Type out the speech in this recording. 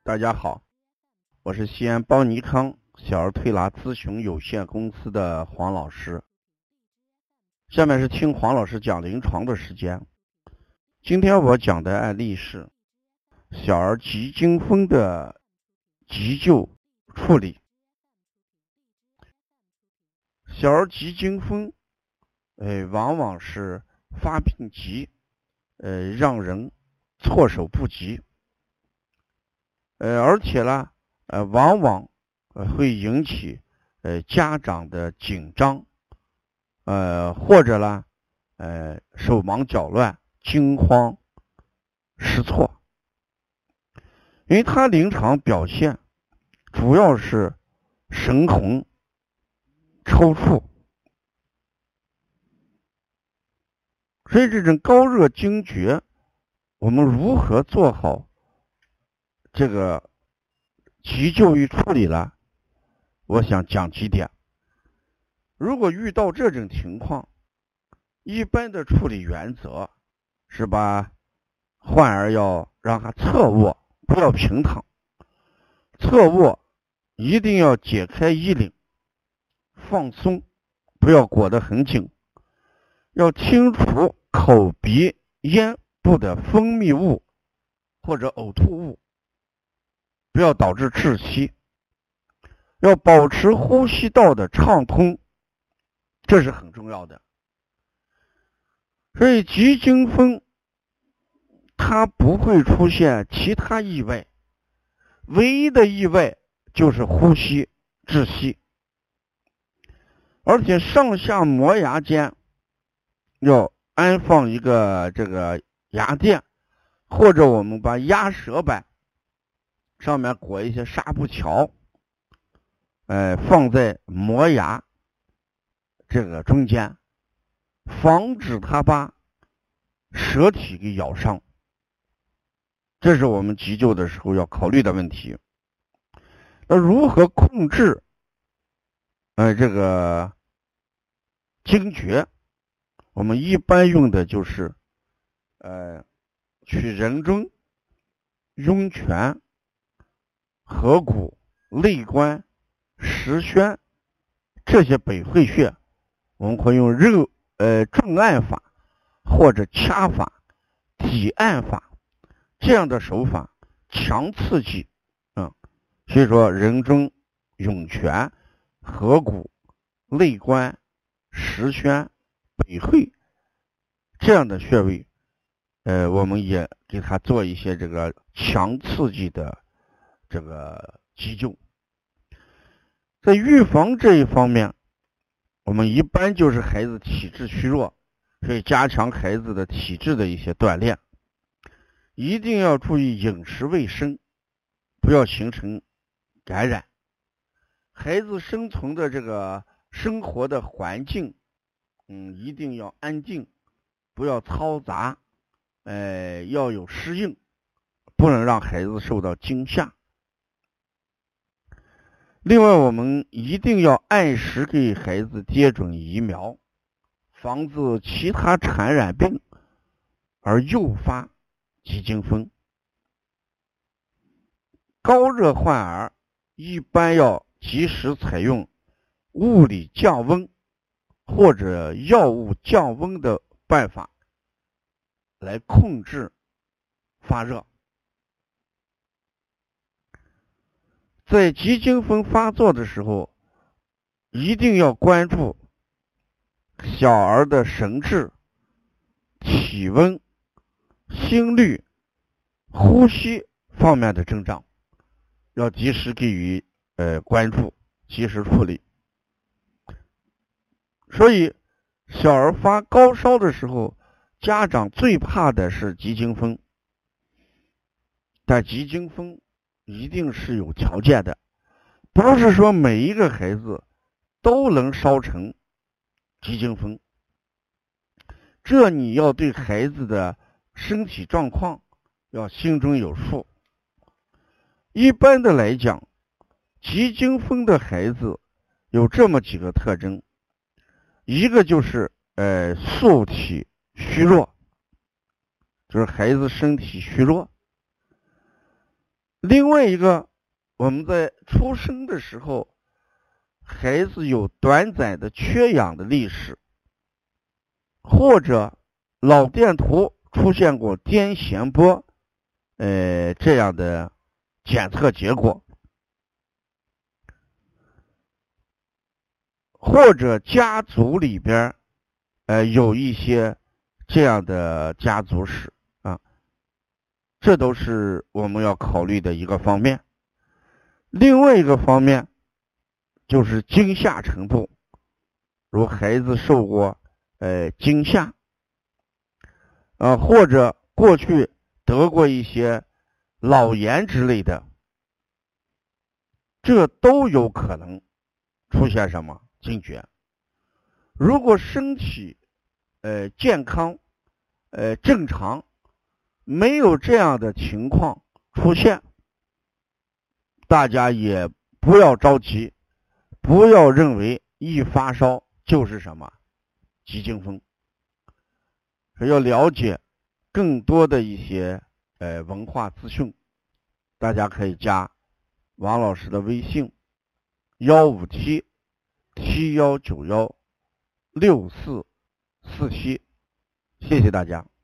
大家好，我是西安邦尼康小儿推拿咨询有限公司的黄老师。下面是听黄老师讲临床的时间。今天我讲的案例是小儿急惊风的急救处理。小儿急惊风，往往是发病急，让人措手不及。而且呢，往往会引起家长的紧张，或者呢，手忙脚乱、惊慌失措。因为他临床表现主要是神红、抽搐，所以这种高热惊厥，我们如何做好这个急救与处理呢？我想讲几点。如果遇到这种情况，一般的处理原则是把患儿要让他侧卧，不要平躺。侧卧一定要解开衣领，放松，不要裹得很紧，要清除口鼻咽部的分泌物或者呕吐物，不要导致窒息，要保持呼吸道的畅通，这是很重要的。所以急惊风它不会出现其他意外，唯一的意外就是呼吸窒息，而且上下磨牙间要安放一个这个牙垫，或者我们把压舌板上面裹一些纱布条，放在磨牙这个中间，防止它把舌体给咬伤。这是我们急救的时候要考虑的问题。那如何控制这个惊厥？我们一般用的就是取人中、涌泉、合谷、内关、石宣这些百会穴，我们会用重按法或者掐法、体按法这样的手法强刺激。所以说人中、涌泉、合谷、内关、石宣、百会这样的穴位，我们也给他做一些这个强刺激的这个急救。在预防这一方面，我们一般就是孩子体质虚弱，所以加强孩子的体质的一些锻炼，一定要注意饮食卫生，不要形成感染。孩子生存的这个生活的环境，一定要安静，不要嘈杂，要有适应，不能让孩子受到惊吓。另外，我们一定要按时给孩子接种疫苗，防止其他传染病而诱发急惊风。高热患儿一般要及时采用物理降温或者药物降温的办法来控制发热。在急惊风发作的时候，一定要关注小儿的神志、体温、心率、呼吸方面的症状，要及时给予关注，及时处理。所以小儿发高烧的时候，家长最怕的是急惊风，但急惊风一定是有条件的，不是说每一个孩子都能烧成急惊风，这你要对孩子的身体状况要心中有数。一般的来讲，急惊风的孩子有这么几个特征，一个就是素体虚弱，就是孩子身体虚弱。 另外一个，我们在出生的时候，孩子有短暂的缺氧的历史，或者脑电图出现过癫痫波，这样的检测结果，或者家族里边有一些这样的家族史啊，这都是我们要考虑的一个方面。另外一个方面就是惊吓程度，如孩子受过惊吓或者过去得过一些脑炎之类的，这都有可能出现什么惊厥。如果身体健康正常，没有这样的情况出现，大家也不要着急，不要认为一发烧就是什么急惊风，要了解更多的一些文化资讯，大家可以加王老师的微信15771916447，谢谢大家。